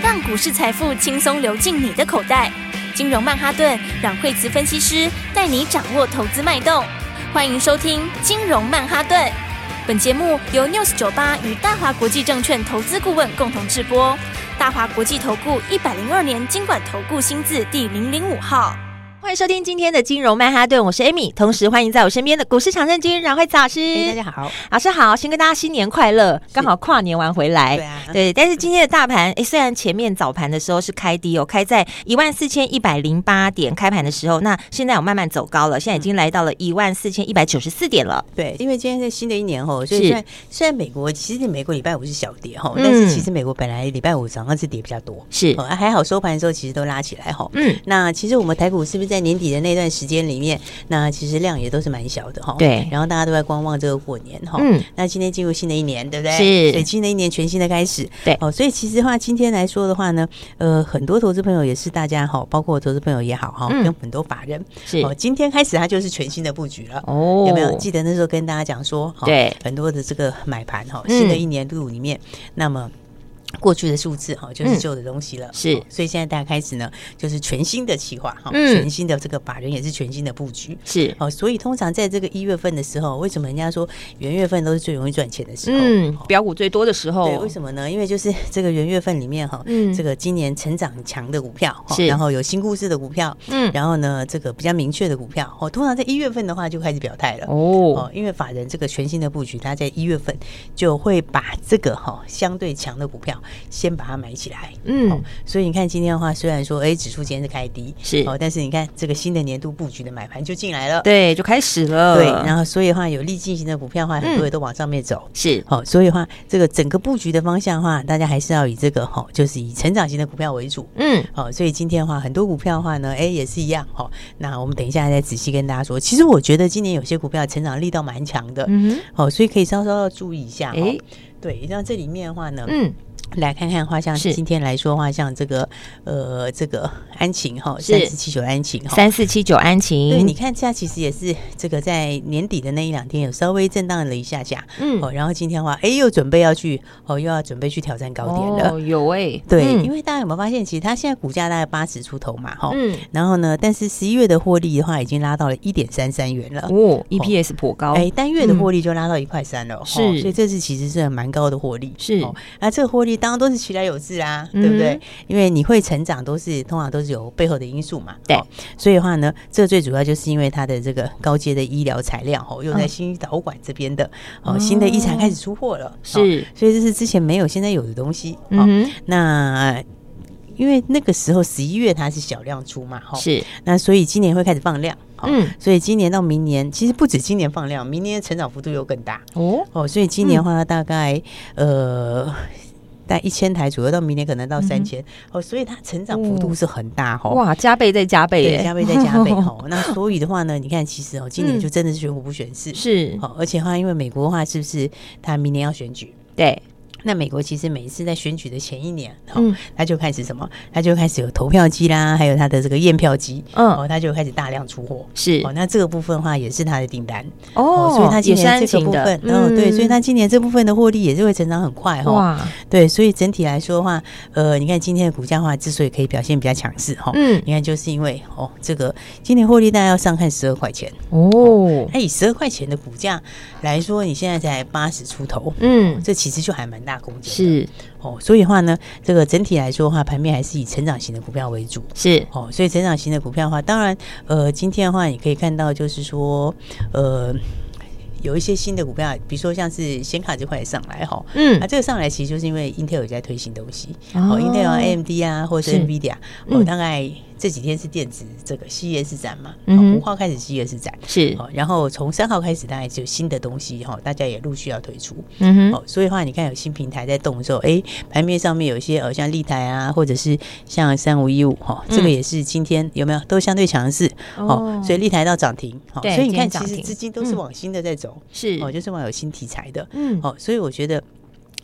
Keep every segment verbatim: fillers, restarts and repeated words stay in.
让股市财富轻松流进你的口袋。金融曼哈顿让惠慈分析师带你掌握投资脉动。欢迎收听金融曼哈顿。本节目由 News 九十八与大华国际证券投资顾问共同制播。大华国际投顾一百零二年金管投顾新字第零零五号。 欢迎收听今天的金融曼哈顿，我是 Amy， 同时欢迎在我身边的股市常胜军阮惠慈老师。 欸、大家好， 老师好，先跟大家新年快乐，刚好跨年完回来。 对啊， 对，但是今天的大盘，哎，虽然前面早盘的时候是开低哦，开在一万四千一百零八点，开盘的时候，那现在有慢慢走高了，现在已经来到了一万四千一百九十四点了。 对，因为今天是新的一年吼，所以虽然虽然美国其实美国礼拜五是小跌吼、嗯，但是其实美国本来礼拜五早上是跌比较多， 是、 哦、还好收盘的时候其实都拉起来吼。 嗯，那其实我们台股是不是在年底的那段时间里面，那其实量也都是蛮小的哈。 对， 然后大家都在观望这个过年哈。嗯，那今天进入新的一年，对不对？ 是， 所以新的一年全新的开始。 对， 哦，所以其实的话，今天来说的话呢，呃，很多投资朋友也是大家哈，包括投资朋友也好哈，嗯、跟很多法人是哦，今天开始它就是全新的布局了。 哦， 有没有记得那时候跟大家讲说， 对， 很多的这个买盘哈，新的一年度里面，嗯、那么。过去的数字哈就是旧的东西了，嗯、 是， 所以现在大家开始呢，就是全新的企划哈， 嗯、 全新的这个法人也是全新的布局， 是哦，所以通常在这个一月份的时候，为什么人家说元月份都是最容易赚钱的时候？ 嗯，标股最多的时候， 对，为什么呢？因为就是这个元月份里面哈，嗯，这个今年成长强的股票， 是， 然后有新故事的股票，嗯，然后呢，这个比较明确的股票，哦，通常在一月份的话就开始表态了，哦，哦，因为法人这个全新的布局，他在一月份就会把这个哈相对强的股票先把它买起来，嗯、哦，所以你看今天的话，虽然说哎指数今天是开低， 是哦，但是你看这个新的年度布局的买盘就进来了， 对，就开始了， 对，然后所以的话有利进行的股票的话，很多也都往上面走， 嗯、是， 哦，所以的话这个整个布局的方向的话，大家还是要以这个哈、哦，就是以成长型的股票为主，嗯，哦，所以今天的话很多股票的话呢，哎也是一样，哦，那我们等一下再仔细跟大家说，其实我觉得今年有些股票成长力道蛮强的，嗯哼，哦，所以可以稍稍要注意一下，哎、哦，对，那这里面的话呢，嗯。来看看的话，像今天来说的话，像这个呃，这个安晴哈，三四七九安晴哈， 三四七九安晴， 对，你看现在其实也是这个在年底的那一两天有稍微震荡了一下下，嗯，哦，然后今天的话，哎，又准备要去哦，又要准备去挑战高点了， 哦，有哎、欸， 对、 嗯， 因为大家有没有发现，其实它现在股价大概八十出头嘛，哈，嗯，然后呢，但是十一月的获利的话，已经拉到了一点三三元了， 哦 ，E P S 颇高， 哎，单月的获利就拉到一块三了， 是、 哦，所以这是其实是蛮高的获利， 是， 哦，那这个获利当然都是其来有自啊，对不对？嗯、因为你会成长，都是通常都是有背后的因素嘛。 对， 哦、所以的话呢，这最主要就是因为它的这个高阶的医疗材料哦，用在心导管这边的、嗯、哦，新的医材开始出货了， 是、 哦，所以这是之前没有，现在有的东西。哦、嗯，那因为那个时候十一月它是小量出嘛，哈、哦， 是， 那所以今年会开始放量。嗯，所以今年到明年，其实不止今年放量，明年的成长幅度又更大哦哦，所以今年的话大概、嗯、呃。大概一千台左右，到明年可能到三千、嗯、哦，所以它成长幅度是很大哦， 哇，加倍再加倍， 对，加倍再加倍哦。那所以的话呢，你看，其实哦，今年就真的是选股不选市， 是哦，而且的话，因为美国的话，是不是它明年要选举？ 对。 那美国其实每一次在选举的前一年，哦，嗯，他就开始什么？他就开始有投票机啦，还有他的这个验票机，嗯，哦，他就开始大量出货， 是哦。那这个部分的话也是他的订单哦，哦， 所以他今年这个部分，嗯、哦，对，所以他今年这部分的获利也是会成长很快哈、哦。哇，对，所以整体来说的话，呃，你看今天的股价的话之所以可以表现比较强势哈，嗯，你看就是因为哦，这个今年获利大概要上看十二块钱哦，那以十二块钱的股价来说，你现在才八十出头，嗯，这其实就还蛮大空间， 是。 哦，所以的话呢，这个整体来说的话，盘面还是以成长型的股票为主， 是哦，所以成长型的股票的话，当然，呃，今天的话，你可以看到，就是说，呃。有一些新的股票，比如说像是显卡这块也上来哈，嗯，啊，这个上来其实就是因为 Intel 有在推新东西，哦, 哦 ，Intel 啊 A M D 啊，或者是 Nvidia，哦，大概这几天是电子这个 C E S 展嘛，五、嗯、号开始 C E S 展是， 哦，然后从三号开始，大概就有新的东西哈、哦，大家也陆续要推出，嗯哼，哦，所以的话，你看有新平台在动的时候，哎，盘面上面有一些呃像立台啊，或者是像三五一五哈，这个也是今天有没有都相对强势哦, 哦，所以立台到涨停，哦，所以你看其实资金都是往新的在走。 是哦，就是往有新题材的，嗯，哦，所以我觉得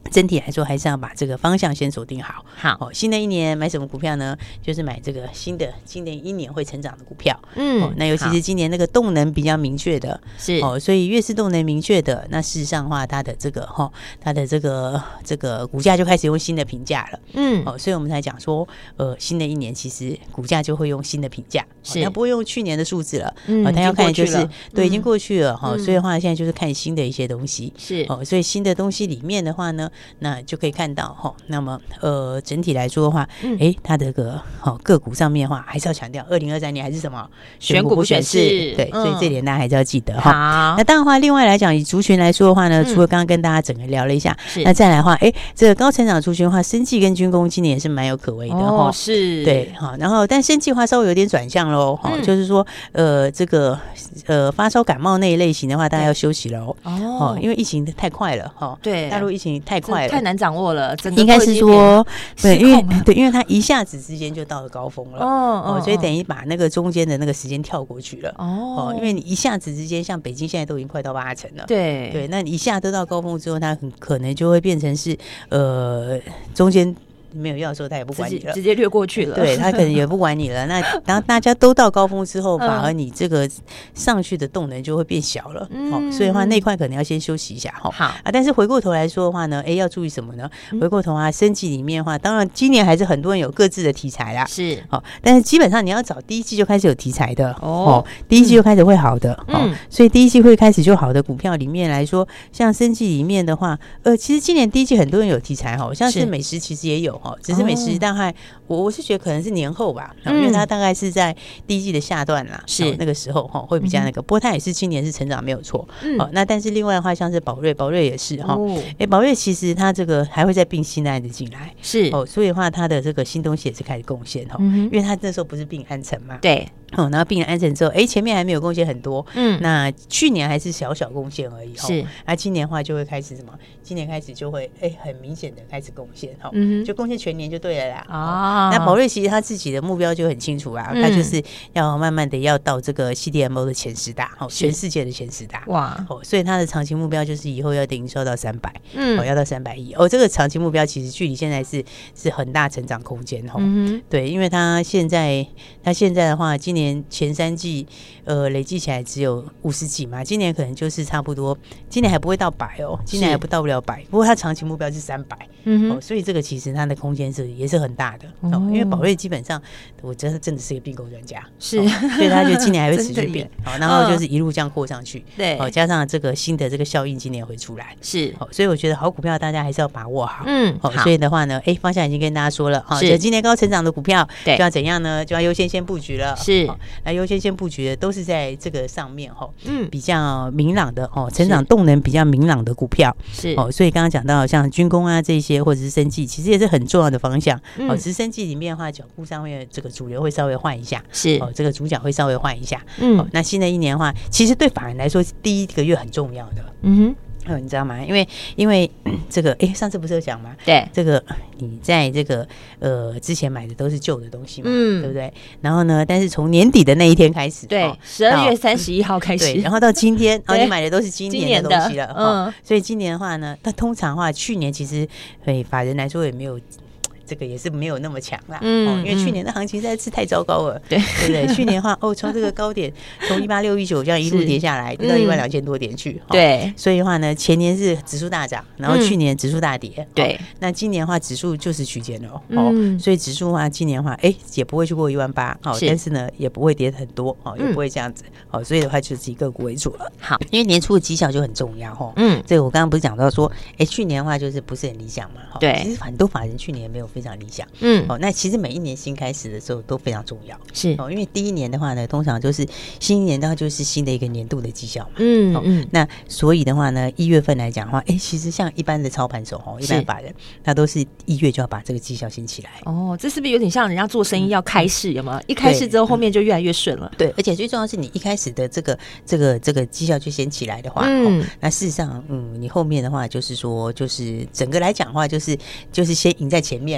整体来说还是要把这个方向先锁定好。 好， 哦，新的一年买什么股票呢？就是买这个新的今年一年会成长的股票。嗯，哦，那尤其是今年那个动能比较明确的， 是哦，所以越是动能明确的，那事实上的话，它的这个哈、哦，它的这个这个股价就开始用新的评价了。嗯，哦，所以我们才讲说，呃，新的一年其实股价就会用新的评价，是、哦、它不会用去年的数字了。嗯，哦，它要看就是对，已经过去了哈、嗯哦，所以的话现在就是看新的一些东西。是哦，所以新的东西里面的话呢，那就可以看到哈、哦，那么呃整体来说的话，哎、嗯，它的个哦个股上面的话，还是要强调，二零二三年还是什么选股不选市， 对，嗯、所以这点大家还是要记得哈。 好， 那当然的话，另外来讲，以族群来说的话呢，除了刚刚跟大家整个聊了一下，嗯、那再来的话，哎，这个高成长族群的话，生技跟军工今年也是蛮有可为的哈、 哦。是， 对，好，然后但生技的话稍微有点转向喽，哈、嗯，就是说呃这个呃发烧感冒那一类型的话，大家要休息喽。哦，因为疫情太快了哈， 对， 大陆疫情太快了， 太难掌握了，整个应该是说，对，因为对，因为它一下子之间就到了高峰了，哦哦，所以等于把那个中间的那个时间跳过去了，哦，因为你一下子之间，像北京现在都已经快到八成了， 对对，那你一下都到高峰之后，它很可能就会变成是呃中间。没有要的时候，他也不管你了， 直接略过去了。 对，他可能也不管你了。那当大家都到高峰之后，反而你这个上去的动能就会变小了。嗯，哦，所以的话那块可能要先休息一下哈。好啊，但是回过头来说的话呢，哎，要注意什么呢？回过头啊，生技里面的话，当然今年还是很多人有各自的题材啦。 是， 好，但是基本上你要找第一季就开始有题材的哦，第一季就开始会好的。嗯，所以第一季会开始就好的股票里面来说，像生技里面的话，呃，其实今年第一季很多人有题材哈，像是美食其实也有哈，只是美食。大概我我是觉得可能是年后吧，嗯、因为它大概是在第一季的下段啦，是、哦、那个时候哈会比较那个。嗯、不过它也是今年是成长没有错，嗯、哦，那但是另外的话像是宝瑞，宝瑞也是哈，哎、哦，宝瑞其实它这个还会再并新的案子进来，是哦，所以的话它的这个新东西也是开始贡献哈，嗯、因为它那时候不是并安诚嘛， 对。 哦，然后并了安诚之后，哎，前面还没有贡献很多，嗯，那去年还是小小贡献而已，是，那、啊、今年的话就会开始什么？今年开始就会哎很明显的开始贡献，哈、哦，嗯、就贡献全年就对了啦。哦，那宝瑞其实他自己的目标就很清楚啦，嗯、他就是要慢慢的要到这个 C D M O 的前十大，哦，全世界的前十大，哇，哦，所以他的长期目标就是以后要营收到三百，嗯，哦，要到三百亿，哦，这个长期目标其实距离现在是是很大成长空间，哈、哦，嗯、对，因为他现在他现在的话，今年前三季，呃，累计起来只有五十几嘛，今年可能就是差不多，今年还不会到百哦，今年还不到不了百，不过它长期目标是三百，嗯、哦，所以这个其实它的空间是也是很大的，哦，因为宝瑞基本上，我觉得真的是一个并购专家，是，哦、所以他就今年还会持续并，好、哦，然后就是一路这样扩上去，对，哦，加上这个新的这个效应，今年会出来，是，哦，所以我觉得好股票大家还是要把握好，嗯，哦，所以的话呢，哎，方向已经跟大家说了，哦，是，今年高成长的股票，就要怎样呢？就要优先先布局了，是。那优先先布局的都是在这个上面哈，嗯，比较明朗的哦，成长动能比较明朗的股票是哦，所以刚刚讲到像军工啊这些或者是生技，其实也是很重要的方向、嗯、哦。只是生技里面的话，脚步上面这个主流会稍微换一下，是哦，这个主角会稍微换一下，嗯、哦。那新的一年的话，其实对法人来说，第一个月很重要的，嗯哼。哦，你知道吗？因为因为、嗯、这个，哎，上次不是有讲吗？对，这个你在这个呃之前买的都是旧的东西嘛，嗯，对不对？然后呢，但是从年底的那一天开始， 对，十二月三十一号开始， 对，然后到今天，哦，你买的都是今年的东西了，嗯、哦，所以今年的话呢，那通常的话，去年其实对法人来说也没有。这个也是没有那么强啦，嗯、哦，因为去年的行情实在是太糟糕了，对对不对？去年的话，哦，从这个高点从一八六一九这样一路跌下来，跌到一万两千多点去，嗯哦、对，所以的话呢，前年是指数大涨，然后去年指数大跌，嗯、对、哦，那今年的话指数就是区间了，哦，嗯、所以指数的话，今年的话，哎，也不会去过一万八，哦，但是呢，也不会跌很多，哦，也不会这样子，哦，所以的话就是以个股为主了。好，因为年初的绩效就很重要，哈，嗯，这个我刚刚不是讲到说，哎，去年的话就是不是很理想嘛，哦、对，其实很多法人去年没有非常理想，嗯。哦，那其实每一年新开始的时候都非常重要，是哦，因为第一年的话呢，通常就是新一年的话就是新的一个年度的绩效嘛，嗯、哦、嗯，那所以的话呢，一月份来讲的话，哎，其实像一般的操盘手哦，一般法人他都是一月就要把这个绩效先起来，哦， 这是不是有点像人家做生意要开市，有没有？一开市之后后面就越来越顺了， 对，而且最重要是你一开始的这个这个这个绩效就先起来的话，嗯，哦、那事实上，嗯，你后面的话就是说，就是整个来讲的话，就是就是先赢在前面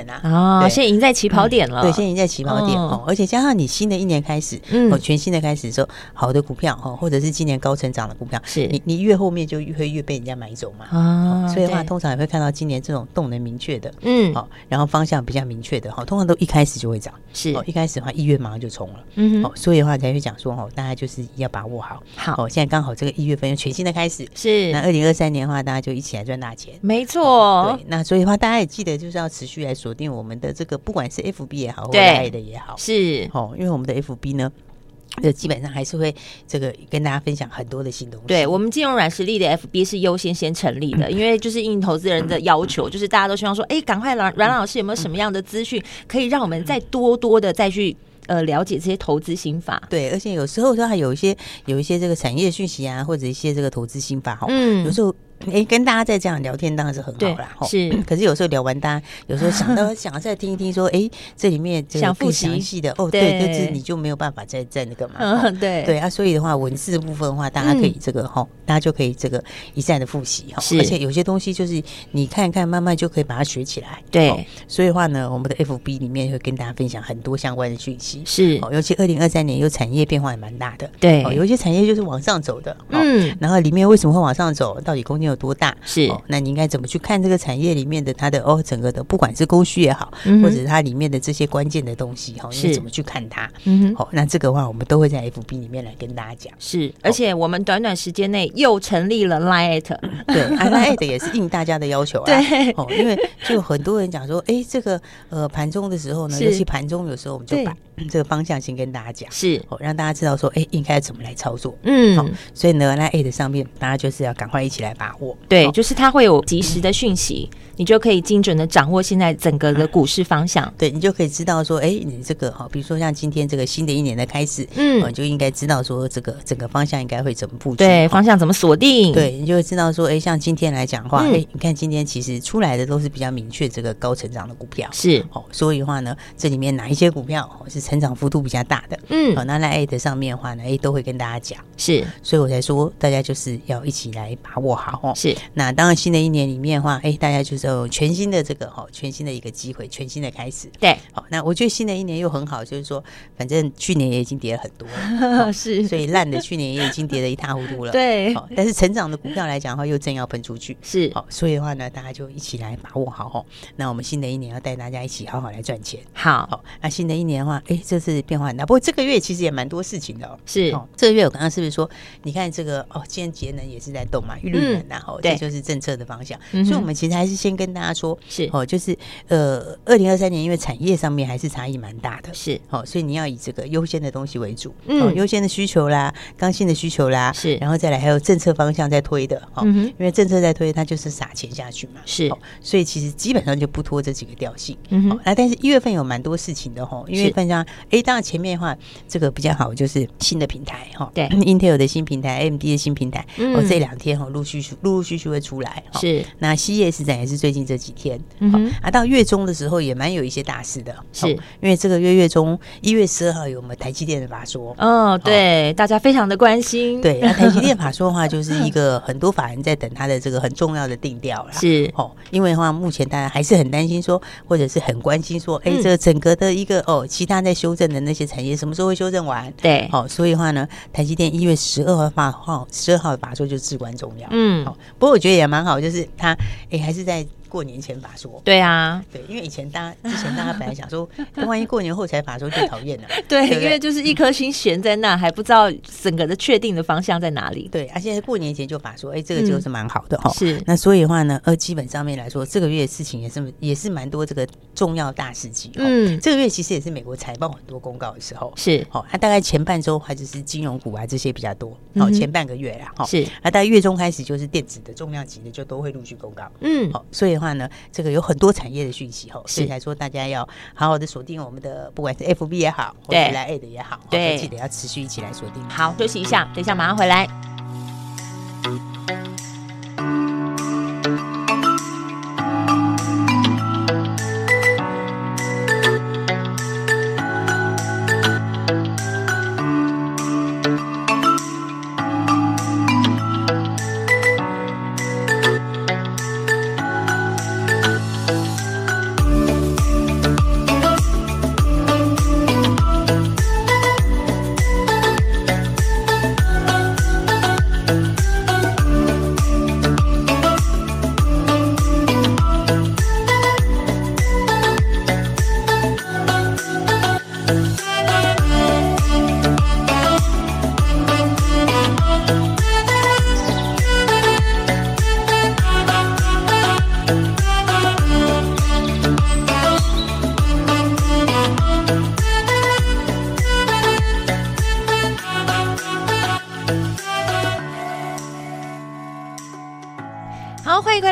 啊。 哦，现在赢在起跑点了。 嗯、对，现在赢在起跑点、哦、而且加上你新的一年开始，嗯、哦，全新的开始的时候，好的股票哦，或者是今年高成长的股票，是你你越后面就越会越被人家买走嘛。啊、哦，所以的话，通常也会看到今年这种动能明确的，嗯，好、哦，然后方向比较明确的，哈、哦，通常都一开始就会涨，是哦，一开始的话一月马上就冲了，嗯，哦，所以的话才会讲说，哦，大家就是要把握好，好，哦，现在刚好这个一月份又全新的开始，是那二零二三年的话，大家就一起来赚大钱， 没错、哦， 对，那所以的话，大家也记得就是要持续来锁定我们的这个，不管是 F B 也好，或者 Line 的也好，是哦，因为我们的 F B 呢。呃，基本上还是会这个跟大家分享很多的新东西。 对，我们金融软实力的 F B 是优先先成立的，嗯、因为就是应投资人的要求，就是大家都希望说，哎，赶快阮阮老师有没有什么样的资讯，可以让我们再多多的再去呃了解这些投资心法。 对，而且有时候它有一些有一些这个产业讯息啊，或者一些这个投资心法哈，嗯，有时候。哎，跟大家在这样聊天当然是很好啦，是。可是有时候聊完，大家有时候想到想再听一听，说，哎，这里面这个更详细的哦，对，就是你就没有办法再再那个嘛，嗯，对对啊，所以的话，文字的部分的话，大家可以这个哈，大家就可以这个一再的复习哈，而且有些东西就是你看看，慢慢就可以把它学起来。对，所以的话呢，我们的 F B 里面会跟大家分享很多相关的讯息，是。尤其二零二三年有产业变化也蛮大的，对，有一些产业就是往上走的，嗯，然后里面为什么会往上走？到底空间有多大？是。哦、那你应该怎么去看这个产业里面的它的哦整个的不管是供需也好，嗯、或者是它里面的这些关键的东西哈，你怎么去看它？嗯好、哦，那这个话我们都会在 F B 里面来跟大家讲。 是，而且我们短短时间内又成立了 Line， 对 ，Line 也是应大家的要求啊。对，哦，因为就很多人讲说，哎，这个呃盘中的时候呢，尤其盘中有时候我们就把这个方向先跟大家讲，是哦，让大家知道说，哎，应该怎么来操作。嗯，好、哦，所以呢 ，Line 上面大家就是要赶快一起来把握。 对，哦、就是它会有及时的讯息，嗯、你就可以精准的掌握现在整个的股市方向。 对，你就可以知道说，哎，你这个哈，比如说像今天这个新的一年的开始，嗯，你就应该知道说这个整个方向应该会怎么布局， 对，方向怎么锁定， 对，你就会知道说，哎，像今天来讲的话，哎、嗯，你看今天其实出来的都是比较明确这个高成长的股票，是哦，所以的话呢，这里面哪一些股票是成长幅度比较大的，嗯，好、哦，那在 A 的上面的话呢，哎，都会跟大家讲，是，所以我才说大家就是要一起来把握好哦，是，那当然新的一年里面的话，哎，大家就是有全新的这个哈、哦，全新的一个机会，全新的开始，对，好、哦，那我觉得新的一年又很好，就是说，反正去年也已经跌了很多了，哦、是，所以烂的去年也已经跌得一塌糊涂了，对、哦，但是成长的股票来讲的话，又正要喷出去，是，好、哦，所以的话呢，大家就一起来把握好哦。那我们新的一年要带大家一起好好来赚钱，好，好、哦，那新的一年的话，哎，这次变化很大，不过这个月其实也蛮多事情的哦，是，哦，这个月我刚刚是不是说，你看这个哦，今天节能也是在动嘛，绿能然后、嗯、这就是政策的方向，嗯、所以我们其实还是先跟大家说，是，哦，就是呃，二零二三年因为产业上面还是差异蛮大的，是，哦，所以你要以这个优先的东西为主，嗯，哦、优先的需求啦，刚性的需求啦，是，然后再来还有政策方向在推的，哦，嗯、因为政策在推，它就是撒钱下去嘛，是，哦，所以其实基本上就不拖这几个调性，嗯、哦，那但是一月份有蛮多事情的哈，一月份像，哎，当然前面的话这个比较好，就是新的平台哈，对 ，Intel 的新平台 ，A M D 的新平台，嗯、哦，这两天哈陆续陆陆续续会出来，是，那 C E S 展也是最近这几天，嗯、哦，啊，到月中的时候也蛮有一些大事的，是、哦，因为这个月月中一月十二号有我们台积电的法说， 哦，对，哦、大家非常的关心， 对，那台积电法说的话就是一个很多法人在等它的这个很重要的定调啦，是，哦，因为的话目前大家还是很担心说，或者是很关心说，哎、嗯，这个整个的一个哦，其他在修正的那些产业什么时候会修正完？对，好、哦，所以的话呢，台积电一月十二号法号十二号的法说就至关重要，嗯，好、哦，不过我觉得也蛮好，就是它哎还是在过年前法说，对啊，对，因为以前大家之前大家本来想说，万一过年后才法说就讨厌了， 对，对，因为就是一颗心悬在那，还不知道整个的确定的方向在哪里。 对，而、啊、现在过年前就法说，哎，这个就是蛮好的哈、嗯。是，那所以的话呢，呃，基本上面来说，这个月的事情也是也是蛮多这个重要大事情。嗯，这个月其实也是美国财报很多公告的时候，是，好、哦，它、啊、大概前半周或者是金融股啊这些比较多，好、哦，前半个月啦，哈、哦，是，那、啊、大概月中开始就是电子的重量级的就都会陆续公告，嗯，好、哦，所以的话呢，这个有很多产业的讯息哈，所以才说大家要好好的锁定我们的，不管是 F B 也好，或者是 Line 的也好，对，记得要持续一起来锁定。 好，休息一下，等一下马上回来。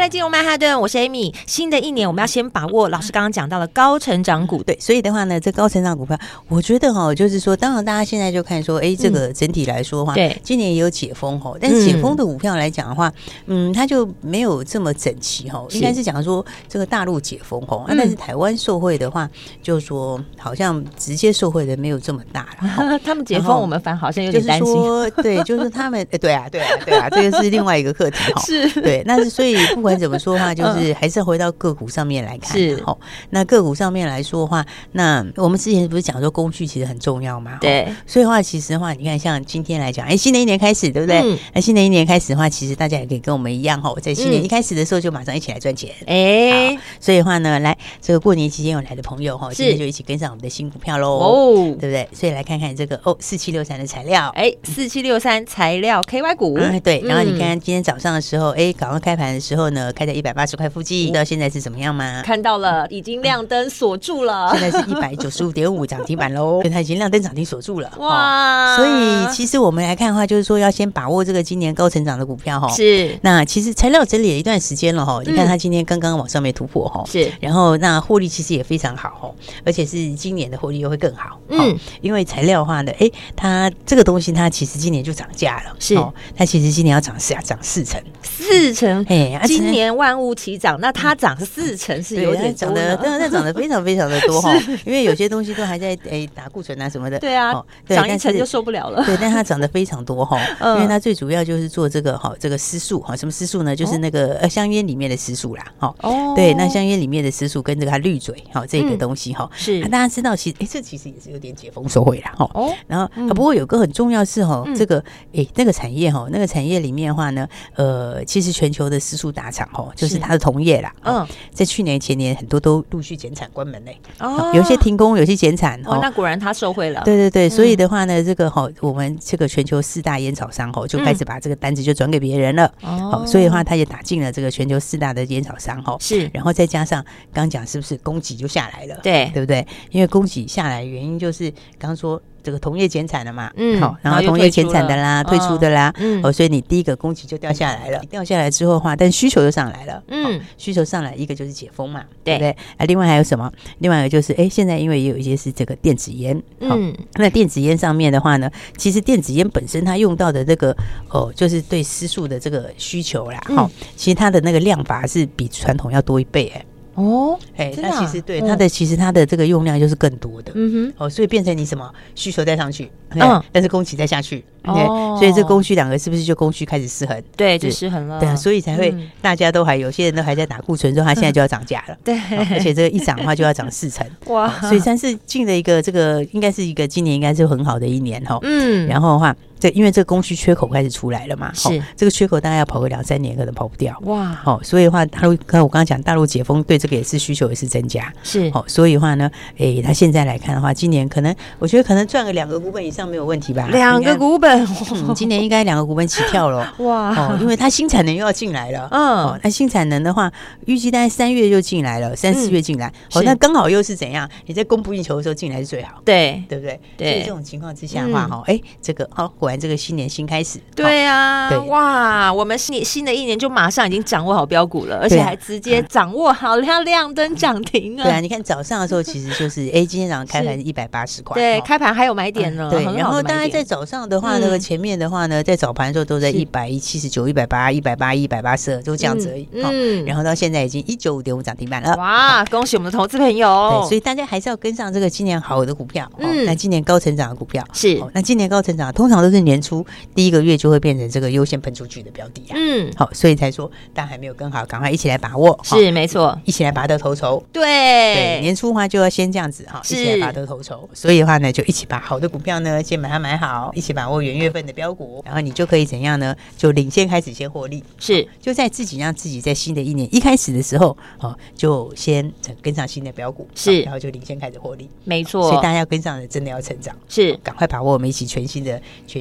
来金融曼哈顿，我是 Amy。新的一年，我们要先把握老师刚刚讲到了高成长股， 对，所以的话呢，这高成长股票，我觉得哈，就是说，当然大家现在就看说，哎，这个整体来说的话， 对， 今年也有解封哈，但是解封的股票来讲的话，嗯，它就没有这么整齐哈，应该是讲说这个大陆解封哈，啊，但是台湾受惠的话，就是说好像直接受惠的没有这么大了。 他们解封，我们反而好像有点担心。 就是说，对，就是他们，对啊，对啊，对啊，这个是另外一个课题哈。 是， 对，那是所以不管怎么说的话，就是还是要回到个股上面来看。是，哦，那个股上面来说的话，那我们之前不是讲说工序其实很重要嘛？ 对， 所以的话，其实的话，你看像今天来讲，哎，新的一年开始，对不对？嗯，那新的一年开始的话，其实大家也可以跟我们一样哈，在新年一开始的时候就马上一起来赚钱。哎、嗯，所以的话呢，来这个过年期间有来的朋友哈，今天就一起跟上我们的新股票喽，哦，对不对？所以来看看这个哦，四七六三的材料， 哎，四七六三材料 K Y 股， 嗯，对。然后你看今天早上的时候，哎，刚刚开盘的时候呢，开在一百八十块附近，到现在是怎么样吗？ 看到了，已经亮灯锁住了， 现在是一百九十五点五涨停板喽，所以它已经亮灯涨停锁住了。哇！所以其实我们来看的话，就是说要先把握这个今年高成长的股票哈。是。那其实材料整理了一段时间了哈，你看它今天刚刚往上面突破哈。是。然后那获利其实也非常好哈，而且是今年的获利又会更好。嗯。因为材料的话呢，哎，它这个东西它其实今年就涨价了。是。它其实今年要涨四啊，涨四成。 四成。哎，今年万物齐涨，那它涨四成是有点涨的，但它涨得非常非常的多哈。因为有些东西都还在哎打库存啊什么的。 对啊。涨一成就受不了了。 对，但它涨得非常多哈，因为它最主要就是做这个哈，这个丝素哈，什么丝素呢？就是那个呃香烟里面的丝素啦，哈。哦。对，那香烟里面的丝素跟这个它滤嘴哈这个东西哈，是大家知道，其实哎这其实也是有点解封受惠啦哈。哦。然后不过有个很重要是哈，这个哎那个产业哈，那个产业里面的话呢，呃，其实全球的丝素大厂哈，就是它的同业啦。嗯。在去年前年很多都陆续减产关门嘞。哦。有些停工，有些减产。 哦，那果然它受惠了。 对对对，所以的话呢，这个哈，我们这个全球四大烟草商哈，就开始把这个单子就转给别人了。哦，所以的话，他也打进了这个全球四大的烟草商哈。是，然后再加上刚讲是不是供给就下来了？对，对不对？因为供给下来原因就是刚说。这个同业减产了嘛，嗯，好，然后同业减产的啦，退出的啦，嗯，哦，所以你第一个供给就掉下来了，掉下来之后的话，但需求又上来了，嗯，需求上来，一个就是解封嘛，对不对？啊，另外还有什么？另外一个就是，哎，现在因为也有一些是这个电子烟，嗯，那电子烟上面的话呢，其实电子烟本身它用到的这个哦，就是对私宿的这个需求啦，好，其实它的那个量法是比传统要多一倍，哎。哦，哎，它其实对它的其实它的这个用量就是更多的，嗯哼，哦，所以变成你什么需求再上去，嗯，但是供给再下去，哦，所以这供需两个是不是就供需开始失衡？ 对，就失衡了， 对啊，所以才会大家都还有些人都还在打库存，之后它现在就要涨价了，对，而且这个一涨的话就要涨四成，哇，所以算是进了一个这个应该是一个今年应该是很好的一年哈，嗯，然后的话。对，因为这个供需缺口开始出来了嘛，是、哦、这个缺口大概要跑个两三年，可能跑不掉。哇，好、哦，所以的话，大陆刚我刚刚讲大陆解封，对这个也是需求也是增加，是，好、哦，所以的话呢，诶，他现在来看的话，今年可能我觉得可能赚个两个股本以上没有问题吧， 两个股本， 嗯，今年应该两个股本起跳了，哇，哦，因为它新产能又要进来了，嗯，哦，那新产能的话，预计大概三月就进来了，三四月进来，嗯、哦，那刚好又是怎样？你在供不应求的时候进来是最好，对，对不对？对，所以这种情况之下的话，哈、嗯，哎，这个好、哦，果然这个新年新开始， 对啊，对哇，我们新新的一年就马上已经掌握好标股了，而且还直接掌握好它亮灯涨停啊！ 对啊，你看早上的时候其实就是，哎，今天早上开盘一百八十块， 对，开盘还有买点呢， 对，然后大概在早上的话，那个前面的话呢，在早盘的时候都在一百一七十九、一百八、一百八、一百八十二，就这样子而已，嗯，然后到现在已经一九五点五涨停板了， 哇，恭喜我们的投资朋友！ 对，所以大家还是要跟上这个今年好的股票，嗯，那今年高成长的股票是，那今年高成长通常都是年初。第一个月就会变成这个优先喷出去的标的啊，嗯，好，所以才说大家还没有跟好，赶快一起来把握， 是没错， 一起来拔得头筹， 对对，年初的话就要先这样子哈，一起来拔得头筹，所以的话呢，就一起把好的股票呢先把它买好，一起把握元月份的标股，然后你就可以怎样呢？就领先开始先获利，是就在自己让自己在新的一年一开始的时候，哦，就先跟上新的标股，是，然后就领先开始获利， 没错， 所以大家要跟上的真的要成长，是，赶快把握我们一起全新的全。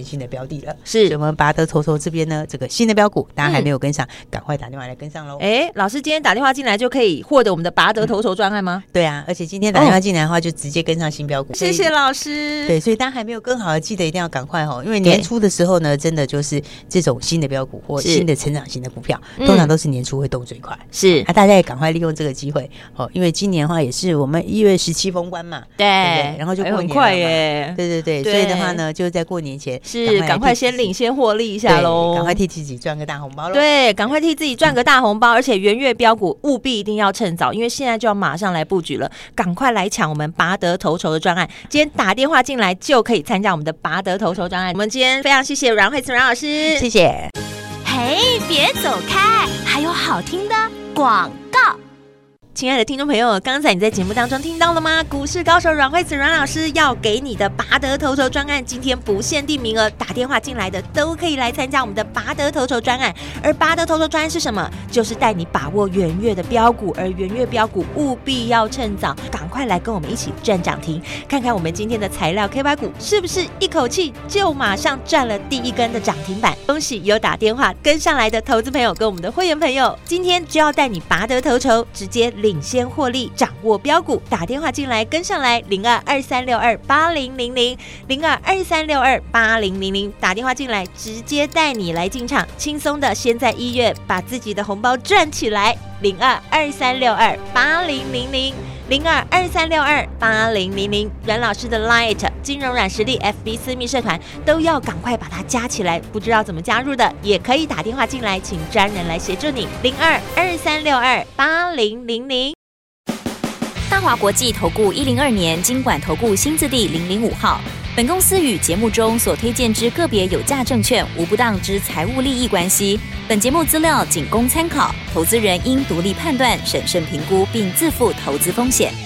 新的标的了。 是， 所以我们拔得头筹这边呢，这个新的标股大家还没有跟上，赶、嗯、快打电话来跟上喽。 哎，老师今天打电话进来就可以获得我们的拔得头筹专案吗？ 嗯、对啊，而且今天打电话进来的话，就直接跟上新标股。 谢谢老师。 对，所以大家还没有跟好的，记得一定要赶快哦，因为年初的时候呢，真的就是这种新的标股或新的成长型的股票，通常都是年初会动最快。是，啊，大家也赶快利用这个机会哦，因为今年的话也是我们一月十七封关嘛， 对， 对对，然后就过年了嘛、 很快耶， 对对对，对所以的话呢，就是在过年前是赶快先领先获利一下喽， 赶快替自己赚个大红包喽。 对，赶快替自己赚个大红包，而且元月标股务必一定要趁早，因为现在就要马上来布局了，赶快来抢我们拔得头筹的专案。今天打电话进来就可以参加我们的拔得头筹专案。我们今天非常谢谢阮慧慈阮老师， 谢谢。 嘿，别走开，还有好听的广告。 亲爱的听众朋友，刚才你在节目当中听到了吗？股市高手阮慧慈阮老师要给你的拔得头筹专案，今天不限定名额，打电话进来的都可以来参加我们的拔得头筹专案。而拔得头筹专案是什么？就是带你把握元月的标股，而元月标股务必要趁早，赶快来跟我们一起赚涨停，看看我们今天的材料 K 八股是不是一口气就马上赚了第一根的涨停板。恭喜有打电话跟上来的投资朋友跟我们的会员朋友，今天就要带你拔得头筹，直接领先获利，掌握标股，打电话进来跟上来，零二二三六二八零零零零二二三六二八零零零，打电话进来，直接带你来进场，轻松的先在一月把自己的红包赚起来，零二二三六二八零零零零二二三六二八零零零，阮老师的 Light 金融软实力 F B 私密社团都要赶快把它加起来，不知道怎么加入的也可以打电话进来，请专人来协助你，零二二三六二八零零零。 大华国际投顾一零二年金管投顾新字第零零五号。本公司与节目中所推荐之个别有价证券无不当之财务利益关系。本节目资料仅供参考，投资人应独立判断、审慎评估，并自负投资风险。